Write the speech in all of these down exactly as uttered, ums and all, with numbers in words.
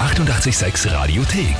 achtundachtzig Komma sechs Radiothek.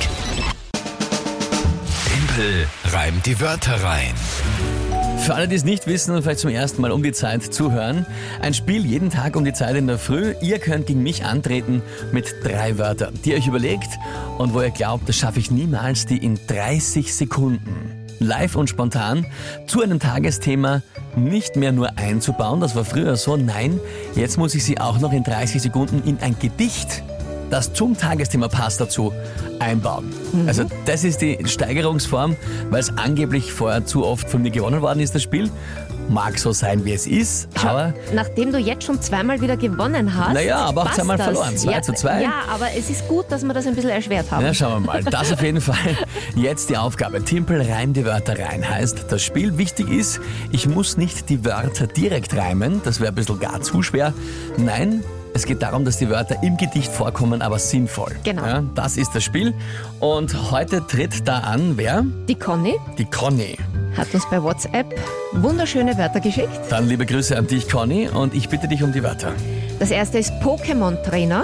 Tempel reimt die Wörter rein. Für alle, die es nicht wissen und vielleicht zum ersten Mal um die Zeit zuhören, ein Spiel jeden Tag um die Zeit in der Früh. Ihr könnt gegen mich antreten mit drei Wörtern, die ihr euch überlegt und wo ihr glaubt, das schaffe ich niemals, die in dreißig Sekunden live und spontan zu einem Tagesthema nicht mehr nur einzubauen. Das war früher so. Nein, jetzt muss ich sie auch noch in dreißig Sekunden in ein Gedicht, das zum Tagesthema passt, dazu einbauen. Mhm. Also das ist die Steigerungsform, weil es angeblich vorher zu oft von mir gewonnen worden ist, das Spiel. Mag so sein, wie es ist, Schau, aber... Nachdem du jetzt schon zweimal wieder gewonnen hast... Naja, aber auch zweimal das. verloren, zwei ja, zu zwei. Ja, aber es ist gut, dass wir das ein bisschen erschwert haben. Ja, schauen wir mal. Das auf jeden Fall jetzt die Aufgabe. Timpel, reim die Wörter rein heißt, das Spiel wichtig ist, ich muss nicht die Wörter direkt reimen, das wäre ein bisschen gar zu schwer. Nein, es geht darum, dass die Wörter im Gedicht vorkommen, aber sinnvoll. Genau. Ja, das ist das Spiel. Und heute tritt da an, wer? Die Conny Die Conny. hat uns bei WhatsApp wunderschöne Wörter geschickt. Dann liebe Grüße an dich, Conny, und ich bitte dich um die Wörter. Das erste ist Pokémon-Trainer.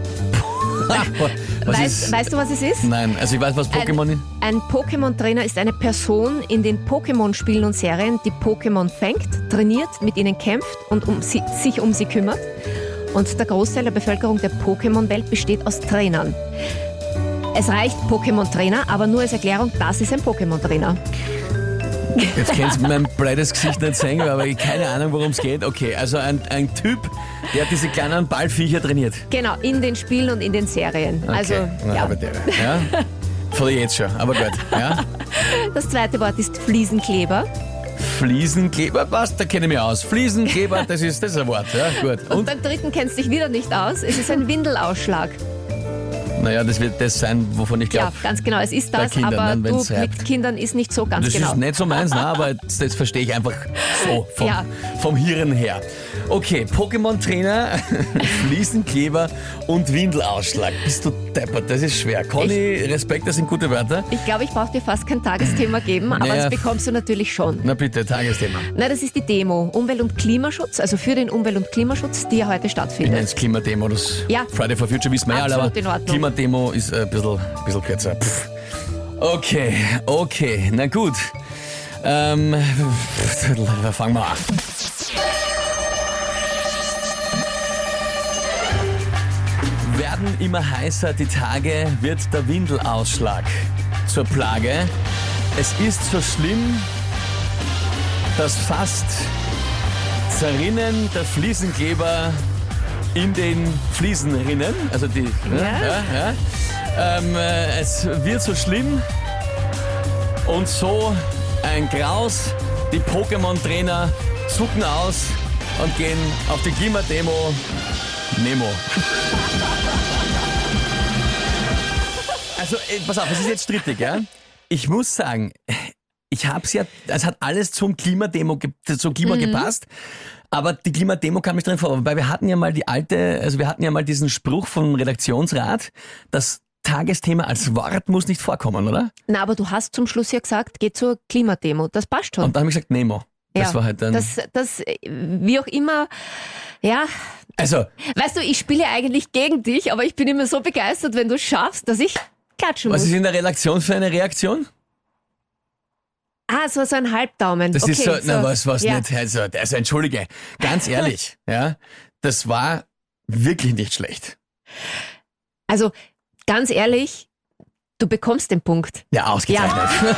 Was Weißt, ist? weißt du, was es ist? Nein, also ich weiß, was Pokémon ist. Ein, ein Pokémon-Trainer ist eine Person in den Pokémon-Spielen und Serien, die Pokémon fängt, trainiert, mit ihnen kämpft und um sie, sich um sie kümmert. Und der Großteil der Bevölkerung der Pokémon-Welt besteht aus Trainern. Es reicht Pokémon-Trainer, aber nur als Erklärung, das ist ein Pokémon-Trainer. Jetzt kennst du mein breites Gesicht nicht sehen, aber ich keine Ahnung, worum es geht. Okay, also ein, ein Typ, der diese kleinen Ballviecher trainiert. Genau, in den Spielen und in den Serien. Okay. Also, Na, ja. aber der, ja? Von jetzt schon, aber gut. Ja? Das zweite Wort ist Fliesenkleber. Fliesenkleber, passt, da kenne ich mich aus. Fliesenkleber, das ist, das ist ein Wort. Ja, gut. Und, Und? beim dritten kennst du dich wieder nicht aus. Es ist ein Windelausschlag. Naja, das wird das sein, wovon ich glaube. Ja, ganz genau, es ist bei das, Kindern, aber ne, du wenn's reibt. mit Kindern ist nicht so ganz Das genau. ist nicht so meins, nein, aber das, das verstehe ich einfach so vom, Ja. vom Hirn her. Okay, Pokémon-Trainer, Fliesenkleber und Windelausschlag. Bist du deppert, das ist schwer. Conny, Respekt, das sind gute Wörter. Ich glaube, ich brauche dir fast kein Tagesthema geben, aber Naja. das bekommst du natürlich schon. Na bitte, Tagesthema. Na, das ist die Demo Umwelt- und Klimaschutz, also für den Umwelt- und Klimaschutz, die ja heute Ich nenne stattfindet. es Klimademo, das Ja. Friday for Future wissen wir ja alle, Absolut aber in Ordnung. Klimademo ist ein bisschen, ein bisschen kürzer. Pff. Okay, okay, na gut. Ähm, fangen wir an. Werden immer heißer die Tage, wird der Windelausschlag zur Plage. Es ist so schlimm, dass fast zerrinnen der Fliesenkleber in den Fliesen rinnen. Also die. Ne? Ja. Ja, ja. Ähm, äh, es wird so schlimm und so ein Graus. Die Pokémon-Trainer zucken aus und gehen auf die Klimademo Nemo. Also, äh, pass auf, es ist jetzt strittig, ja? Ich muss sagen, ich hab's ja, es hat alles zum Klimademo, ge- zum Klima gepasst, aber die Klimademo kam nicht drin vor, weil wir hatten ja mal die alte, also wir hatten ja mal diesen Spruch vom Redaktionsrat, das Tagesthema als Wort muss nicht vorkommen, oder? Na, aber du hast zum Schluss ja gesagt, geh zur Klimademo. Das passt schon. Und dann habe ich gesagt, Nemo. Das ja, war halt dann. das, das, wie auch immer, ja. Also, Weißt du, ich spiele eigentlich gegen dich, aber ich bin immer so begeistert, wenn du schaffst, dass ich klatschen was muss. ist in der Redaktion für eine Reaktion? Ah, so, so ein Halbdaumen. Das okay, ist so, na was, was ja. nicht, also, also entschuldige, ganz ehrlich, ja, das war wirklich nicht schlecht. Also, ganz ehrlich, du bekommst den Punkt. Ja, ausgezeichnet.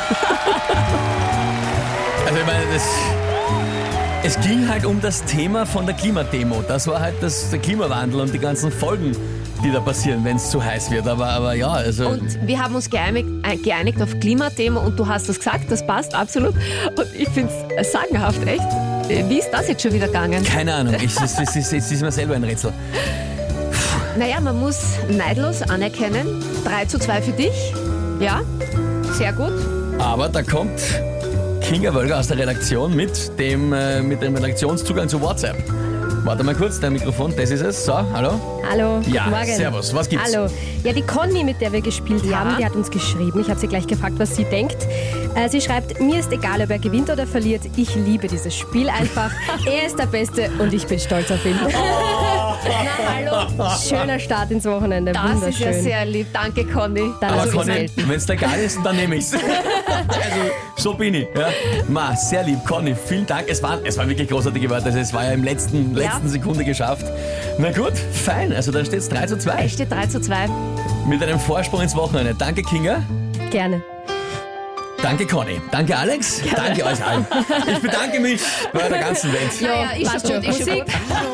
Also ich meine, das, es ging halt um das Thema von der Klimademo. Das war halt das, der Klimawandel und die ganzen Folgen, die da passieren, wenn es zu heiß wird. Aber, aber ja, also... Und wir haben uns geeinigt, äh, geeinigt auf Klimathema und du hast das gesagt, das passt absolut. Und ich finde es sagenhaft, echt. Wie ist das jetzt schon wieder gegangen? Keine Ahnung, ich, es, es, es, es ist mir selber ein Rätsel. Naja, man muss neidlos anerkennen. drei zu zwei für dich. Ja, sehr gut. Aber da kommt Kinga Wölger aus der Redaktion mit dem, äh, mit dem Redaktionszugang zu WhatsApp. Warte mal kurz, dein Mikrofon, das ist es. So, hallo? Hallo, Ja, guten Morgen. servus, was gibt's? Hallo. Ja, die Conny, mit der wir gespielt Ja. haben, die hat uns geschrieben. Ich habe sie gleich gefragt, was sie denkt. Äh, sie schreibt, mir ist egal, ob er gewinnt oder verliert. Ich liebe dieses Spiel einfach. Er ist der Beste und ich bin stolz auf ihn. Na hallo, schöner Start ins Wochenende. Das ist Wunderschön. ja sehr lieb. Danke, Conny. Dann Aber lass uns Conny, melden. wenn es dir egal ist, dann nehme ich's. Also, so bin ich. Ja. Ma, sehr lieb, Conny. Vielen Dank. Es waren, es waren wirklich großartige Wörter. Also, es war ja im letzten, letzten Ja. Sekunde geschafft. Na gut, fein. Also, dann steht es drei zu zwei. Es steht drei zu zwei. Mit einem Vorsprung ins Wochenende. Danke, Kinga. Gerne. Danke, Conny. Danke, Alex. Danke euch allen. Ich bedanke mich bei der ganzen Welt. Ja, ja, ist passt schon gut, schon. ist schon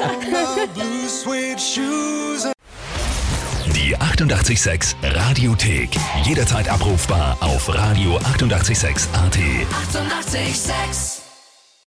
Musik. gut. Die achtundachtzig Komma sechs Radiothek. Jederzeit abrufbar auf radio achtundachtzig Komma sechs Punkt at. Eighty-eight point six